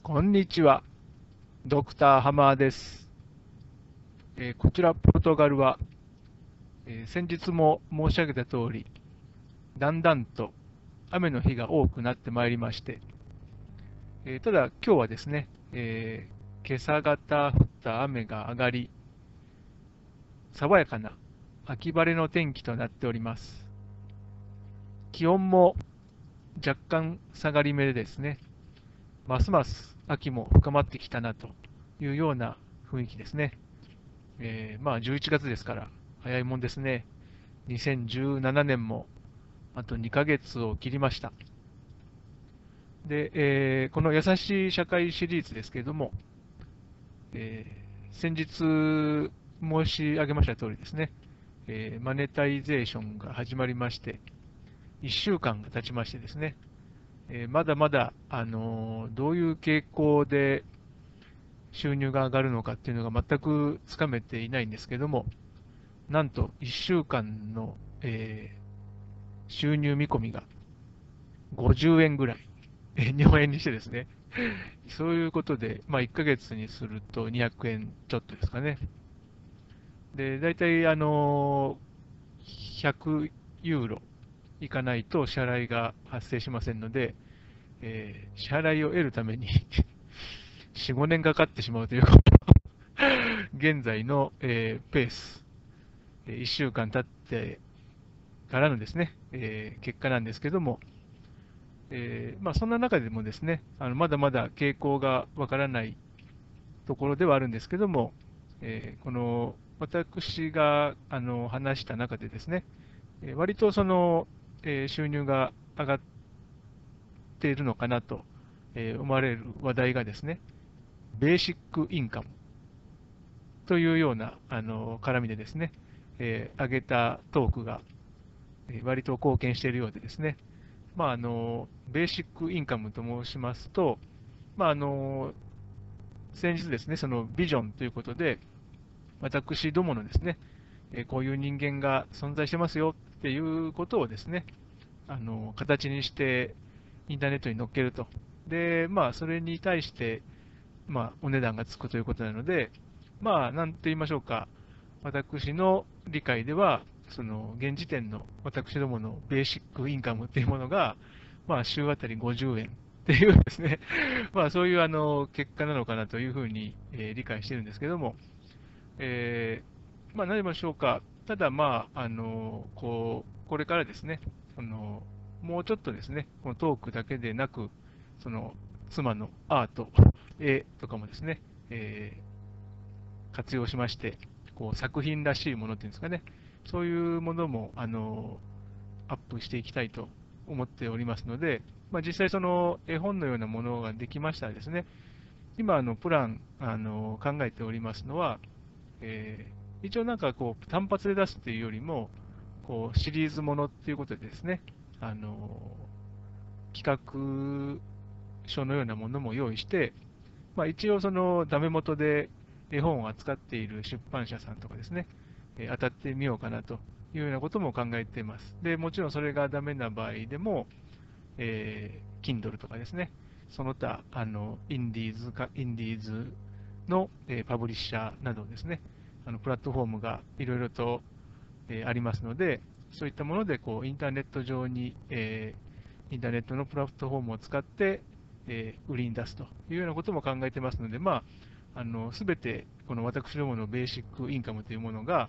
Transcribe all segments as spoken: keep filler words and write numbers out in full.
こんにちは、ドクターハマーです。えーこちらポルトガルは、えー先日も申し上げた通り、だんだんと雨の日が多くなってまいりまして、えーただ今日はですね、えー今朝方降った雨が上がり、爽やかな秋晴れの天気となっております。気温も若干下がり目でですね、ますます秋も深まってきたなというような雰囲気ですね。えーまあじゅういちがつですから早いもんですね。にせんじゅうななねんもあとにかげつを切りました。で、えーこの優しい社会シリーズですけれども、えー先日申し上げました通りですね、えーマネタイゼーションが始まりまして、いっしゅうかんが経ちましてですね、えーまだまだ、あのーどういう傾向で収入が上がるのかっていうのが全くつかめていないんですけども、なんといっしゅうかんの、えー収入見込みがごじゅうえんぐらい、え日本円にしてですね、そういうことで、まあ、いっかげつにするとにひゃくえんちょっとですかね。で、大体、あのひゃくユーロいかないと支払いが発生しませんので、えー支払いを得るためによん、ごねんかかってしまうという現在の、えーペース、いっしゅうかん経ってからのですね、えー結果なんですけども、えーまあ、そんな中でもですね、あのまだまだ傾向がわからないところではあるんですけども、えーこの私があの話した中でですね、えー割とその、えー収入が上がっているのかなと、えー思われる話題がですね、ベーシックインカムというようなあの絡みでですね、えー上げたトークがえー割と貢献しているようでですね、まあ、あのベーシックインカムと申しますと、まあ、あの先日ですね、そのビジョンということで、私どものですね、えーこういう人間が存在してますよっていうことをですね、あの形にしてインターネットに載っけると。で、まあ、それに対して、まあ、お値段がつくということなので、まあ、なんと言いましょうか、私の理解では、その現時点の私どものベーシックインカムっていうものが、まあ、週あたりごじゅうえんっていうですね、まあ、そういうあの結果なのかなというふうに、えー理解しているんですけども、えーまあ、何でましょうか、ただ、まあ、あのこうこれからですね、そのもうちょっとですね、このトークだけでなく、その妻のアート、絵とかもですね、えー活用しまして、こう作品らしいものっていうんですかね、そういうものもあのアップしていきたいと思っておりますので、まあ、実際、その絵本のようなものができましたらですね、今、あのプランあの考えておりますのは、えー一応なんかこう単発で出すっていうよりも、こうシリーズものっていうことでですね、あの企画書のようなものも用意して、まあ、一応そのダメ元で絵本を扱っている出版社さんとかですね、えー当たってみようかなというようなことも考えています。で、もちろんそれがダメな場合でも、えー Kindle とかですね、その他、あの、インディーズか、インディーズの、えーパブリッシャーなどですね、あのプラットフォームがいろいろと、えーありますので、そういったものでこうインターネット上に、えーインターネットのプラットフォームを使って、えー売りに出すというようなことも考えてますので、まあ、あの全てこの私どものベーシックインカムというものが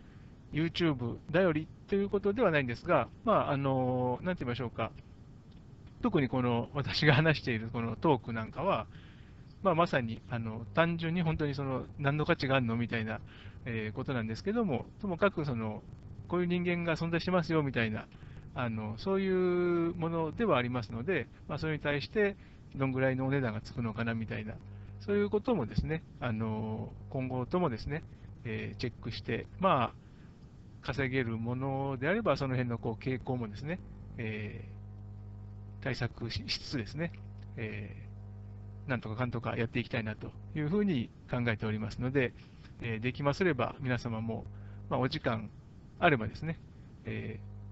YouTube 頼りということではないんですが、まあ、あのなんて言いましょうか、特にこの私が話しているこのトークなんかは、まあ、まさにあの単純に本当にその何の価値があるのみたいな、えーことなんですけども、ともかくそのこういう人間が存在してますよみたいな、あのそういうものではありますので、まあ、それに対してどんぐらいのお値段がつくのかなみたいな、そういうこともですね、あの今後ともですね、えーチェックして、まあ、稼げるものであれば、その辺のこう傾向もですね、えー対策ししつつですね、えーなんとかかんとかやっていきたいなというふうに考えておりますので、えーできますれば皆様も、まあ、お時間あればですね、えー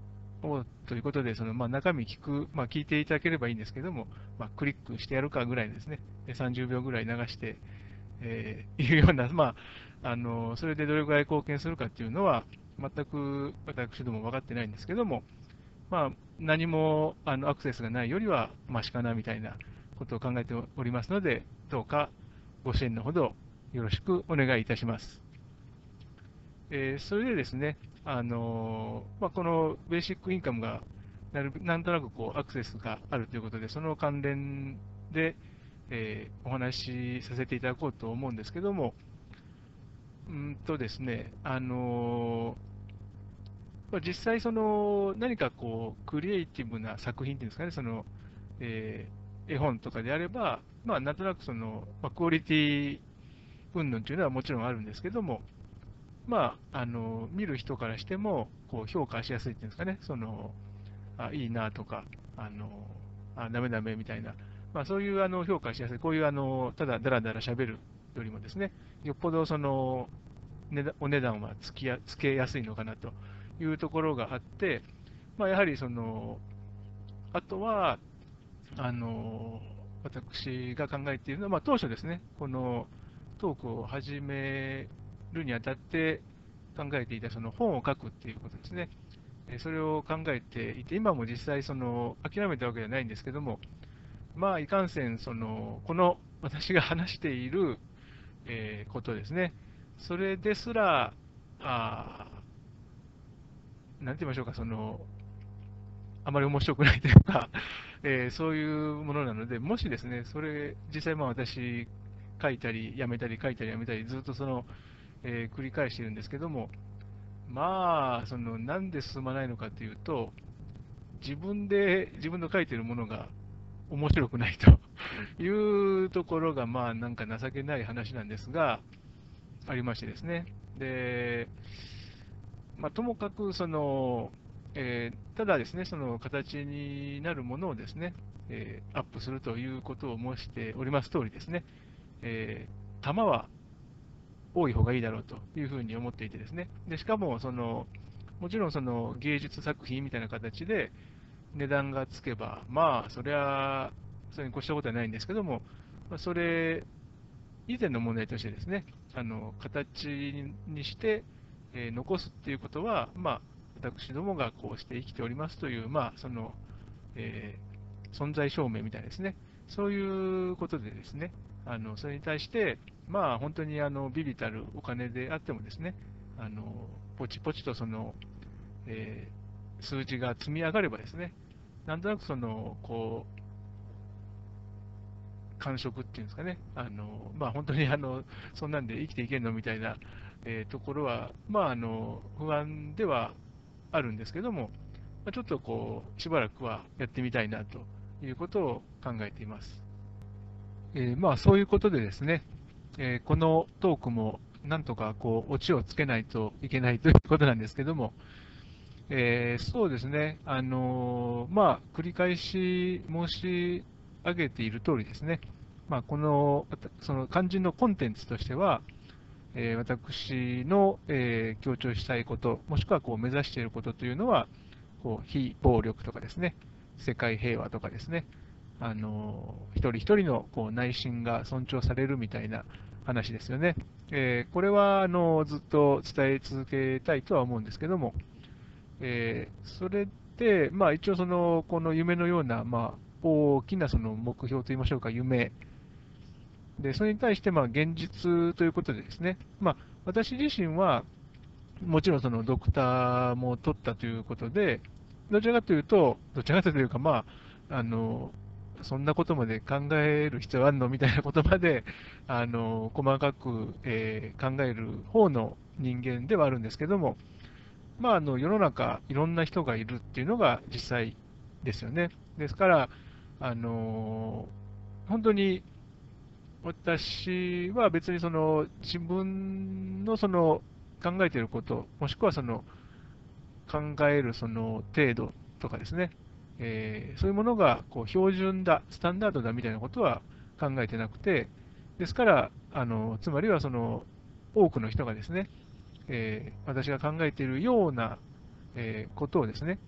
をということで、そのまあ中身聞く、まあ、聞いていただければいいんですけども、まあ、クリックしてやるかぐらいですね、でさんじゅうびょうぐらい流して、えーいうような、まあ、あのそれでどれぐらい貢献するかっていうのは、全く私ども分かってないんですけども、まあ、何もあのアクセスがないよりはマシかなみたいなことを考えておりますので、どうかご支援のほどよろしくお願いいたします。えーそれでですね、あのまあ、このベーシックインカムがなるなんとなくこうアクセスがあるということで、その関連で、えーお話しさせていただこうと思うんですけども、うんとですね、あのまあ、実際その何かこうクリエイティブな作品っていうんですかね、その、えー絵本とかであれば、まあ、なんとなくその、まあ、クオリティ云々というのはもちろんあるんですけども、まあ、あの見る人からしてもこう評価しやすいっていうんですかね、そのあいいなとか、あのあダメダメみたいな、まあ、そういうあの評価しやすい、こういうあのただだらだらしゃべるよりもですね、よっぽどその値段お値段はつきやつけやすいのかなというところがあって、まあ、やはりその、あとは、あの私が考えているのは、まあ、当初ですね、このトークを始めるにあたって考えていたその本を書くっていうことですね。えそれを考えていて、今も実際その諦めたわけではないんですけども、まあ、いかんせんその、この私が話している、えーことですね、それですら、あなんて言いましょうか、そのあまり面白くないというか、えーそういうものなので、もしですね、それ、実際、まあ私、書いたり、やめたり、書いたり、やめたり、ずっとその、えー繰り返しているんですけども、まあ、その、なんで進まないのかというと、自分で、自分の書いているものが面白くないというところが、まあ、なんか情けない話なんですが、ありましてですね。で、まあ、ともかくその、えーただですね、その形になるものをですね、えーアップするということを申しております通りですね、えー玉は多い方がいいだろうというふうに思っていてですね、でしかもその、もちろんその芸術作品みたいな形で値段がつけば、まあ、それは、それに越したことはないんですけども、まあそれ以前の問題としてですね、あの形にして、えー残すっていうことは、まあ、私どもがこうして生きておりますという、まあ、その、えー存在証明みたいですね、そういうことでですね、あのそれに対して、まあ、本当にあの微々たるお金であってもですね、あのポチポチとその、えー数字が積み上がればですね、なんとなくその、こう、感触っていうんですかね、あのまあ、本当にあのそんなんで生きていけんのみたいな、えーところは、まあ、あの不安ではあるんですけども、まあちょっとこうしばらくはやってみたいなということを考えています。えーまあ、そういうことでですね、えーこのトークもなんとかこうオチをつけないといけないということなんですけども、えーそうですね、あのーまあ、繰り返し申し上げている通りですね、まあ、このその肝心のコンテンツとしては、えー私の、えー強調したいこと、もしくはこう目指していることというのは、こう非暴力とかですね、世界平和とかですね、あのー一人一人のこう内心が尊重されるみたいな話ですよね。えーこれはあのずっと伝え続けたいとは思うんですけども、えーそれで、まあ、一応その、この夢のような、まあ、大きなその目標といいましょうか、夢で、それに対してまあ現実ということでですね、まあ、私自身はもちろんそのドクターも取ったということで、どちらかというと、どちらかというか、まあ、あのそんなことまで考える必要あるのみたいなことまであの細かく、えー考える方の人間ではあるんですけども、まあ、あの世の中、いろんな人がいるっていうのが実際ですよね。ですから、あの本当に私は別にその自分のその考えていること、もしくはその考えるその程度とかですね、えーそういうものがこう標準だ、スタンダードだみたいなことは考えてなくて、ですから、あのつまりはその多くの人がですね、えー私が考えているような、えーことをですね、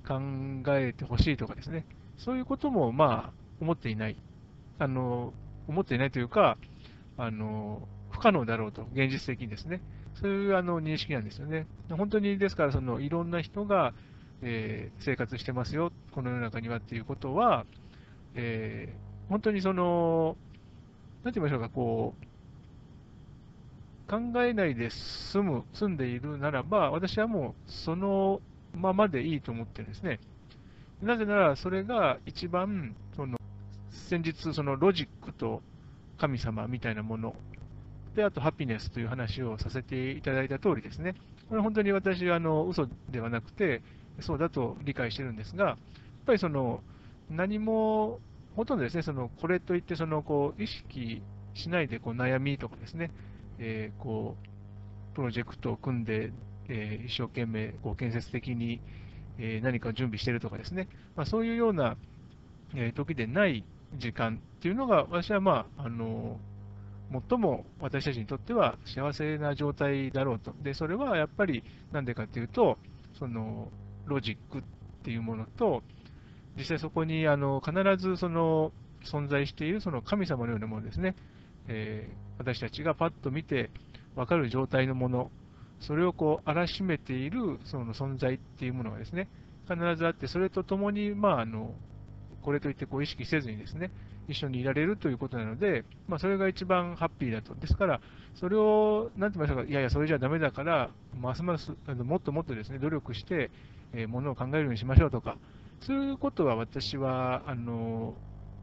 考えてほしいとかですね、そういうこともまあ思っていない、あの思っていないというか、あの不可能だろうと、現実的にですね、そういうあの認識なんですよね。本当にですから、そのいろんな人が、えー生活してますよ、この世の中にはっていうことは、えー本当にその、なんて言いましょうか、こう、考えないで済む、住んでいるならば、私はもうそのままでいいと思ってるんですね。なぜなら、それが一番、その先日、そのロジックと神様みたいなもの、で、あとハピネスという話をさせていただいた通りですね、これ本当に私はあの嘘ではなくて、そうだと理解してるんですが、やっぱりその何も、ほとんどですね、そのこれといってそのこう意識しないでこう悩みとかですね、えーこうプロジェクトを組んで、えー一生懸命こう建設的に、えー何かを準備しているとかですね、まあ、そういうような、えー時でない時間っていうのが、私はまあ、あの最も私たちにとっては幸せな状態だろうと。で、それはやっぱりなんでかっていうと、そのロジックっていうものと、実際そこにあの必ずその存在しているその神様のようなものですね、えー私たちがパッと見て分かる状態のもの、それをこう、あらしめているその存在っていうものがですね、必ずあって、それとともに、まあ、あのこれといってこう意識せずにですね、一緒にいられるということなので、まあ、それが一番ハッピーだと。ですから、それを、なんて言いましょうか、いやいや、それじゃダメだから、ますますあのもっともっとですね、努力して、えーものを考えるようにしましょうとか、そういうことは私は、あの、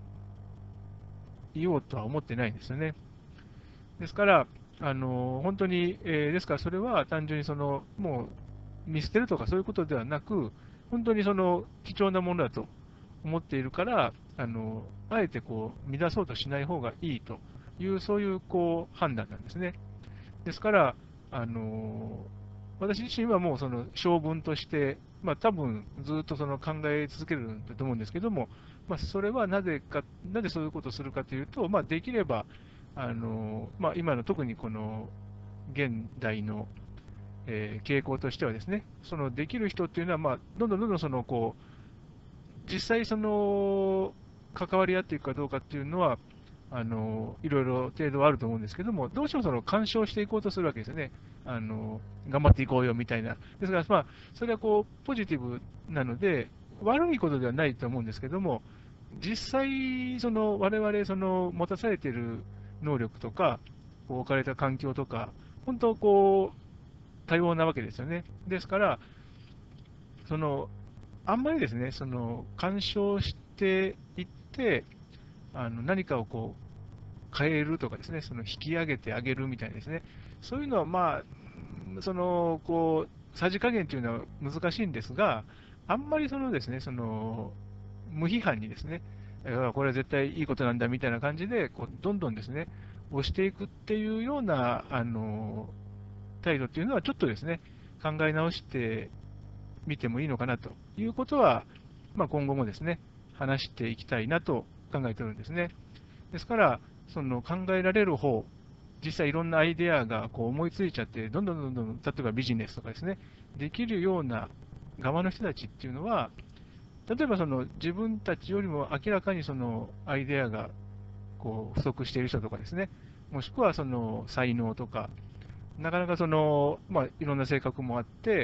言おうとは思ってないんですよね。ですから、あの、本当に、えーですからそれは単純にその、もう見捨てるとかそういうことではなく、本当にその貴重なものだと思っているから、あの、あえてこう乱そうとしない方がいいという、そういうこう判断なんですね。ですから、あの、私自身はもうその性分として、まあ多分ずっとその考え続けるんだと思うんですけども、まあそれはなぜか、なぜそういうことをするかというと、まあできれば、あの、まあ今の特にこの現代の、えー傾向としてはですね、そのできる人っていうのは、まあどんどんどんどんそのこう、実際その関わり合っていくかどうかっていうのは、あのいろいろ程度はあると思うんですけども、どうしてもその干渉していこうとするわけですよね。あの頑張っていこうよみたいな。ですから、まあ、それはこうポジティブなので、悪いことではないと思うんですけども、実際、その我々その持たされている能力とか、こう置かれた環境とか、本当こう多様なわけですよね。ですから、そのあんまりですね、その干渉していって、あの何かをこう変えるとかですね、その引き上げてあげるみたいなですね、そういうのはまあ、そのこうさじ加減というのは難しいんですが、あんまりそのですね、その無批判にですね、いやこれは絶対いいことなんだみたいな感じで、こうどんどんですね、押していくっていうようなあの態度っていうのは、ちょっとですね、考え直してみてもいいのかなということは、まあ、今後もですね、話していきたいなと考えているんですね。ですから、その考えられる方、実際いろんなアイデアがこう思いついちゃって、どんどんどんどん、例えばビジネスとかですね、できるような側の人たちっていうのは、例えばその自分たちよりも明らかにそのアイデアがこう不足している人とかですね、もしくはその才能とか、なかなかその、まあ、いろんな性格もあって、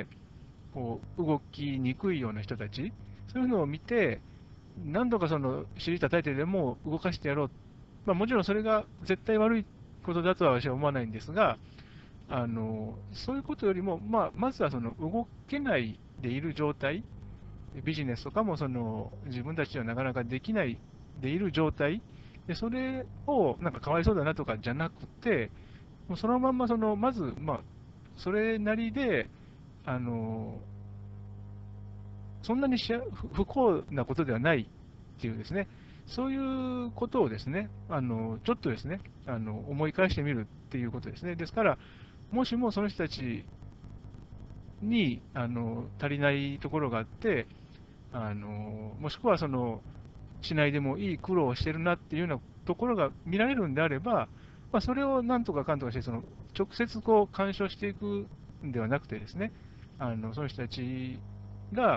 こう動きにくいような人たち、そういうのを見て、何度かその尻叩いてでも動かしてやろう、まあ、もちろんそれが絶対悪いことだとは私は思わないんですが、あのそういうことよりも、まあ、まずはその動けないでいる状態、ビジネスとかもその自分たちではなかなかできないでいる状態、でそれをなんかかわいそうだなとかじゃなくて、もうそのまんまその、まず、まあ、それなりで、あのそんなにしあ不不幸なことではないっていうですね、そういうことをですね、あのちょっとですね、あの思い返してみるっていうことですね。ですから、もしもその人たちにあの足りないところがあって、あのもしくはそのしないでもいい苦労をしてるなっていうようなところが見られるんであれば、まあ、それをなんとかかんとかして、その直接こう干渉していくんではなくてですね、あのその人たちが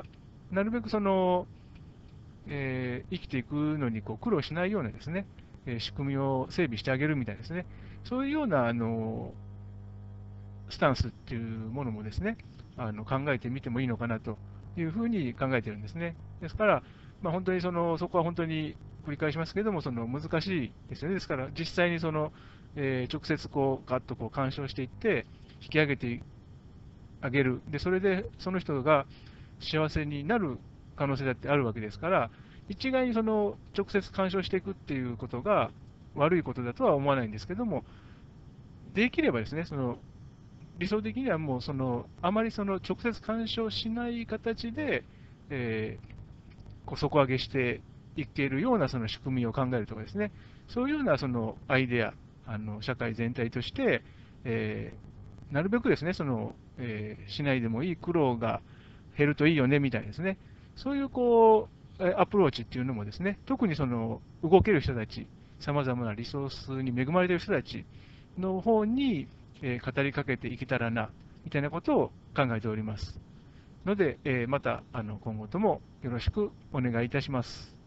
なるべくその、えー生きていくのにこう苦労しないようなですね、えー仕組みを整備してあげるみたいですね、そういうようなあのスタンスっていうものもですね、あの考えてみてもいいのかなというふうに考えているんですね。ですから、まあ、本当にそのそこは本当に繰り返しますけれども、その難しいですよね。ですから、実際にその、えー直接こうガッとこう干渉していって、引き上げてあげる、でそれでその人が幸せになる可能性だってあるわけですから、一概にその直接干渉していくっていうことが悪いことだとは思わないんですけども、できればですね、その理想的にはもうその、あまりその直接干渉しない形で、えーこう底上げしていけるようなその仕組みを考えるとかですね、そういうようなそのアイデア、あの社会全体として、えーなるべくですね、その、えーしないでもいい苦労が減るといいよねみたいなですね、そういうこうえーアプローチっていうのもですね、特にその動ける人たち、さまざまなリソースに恵まれている人たちの方に、えー語りかけていけたらな、みたいなことを考えております。ので、えーまたあの今後ともよろしくお願いいたします。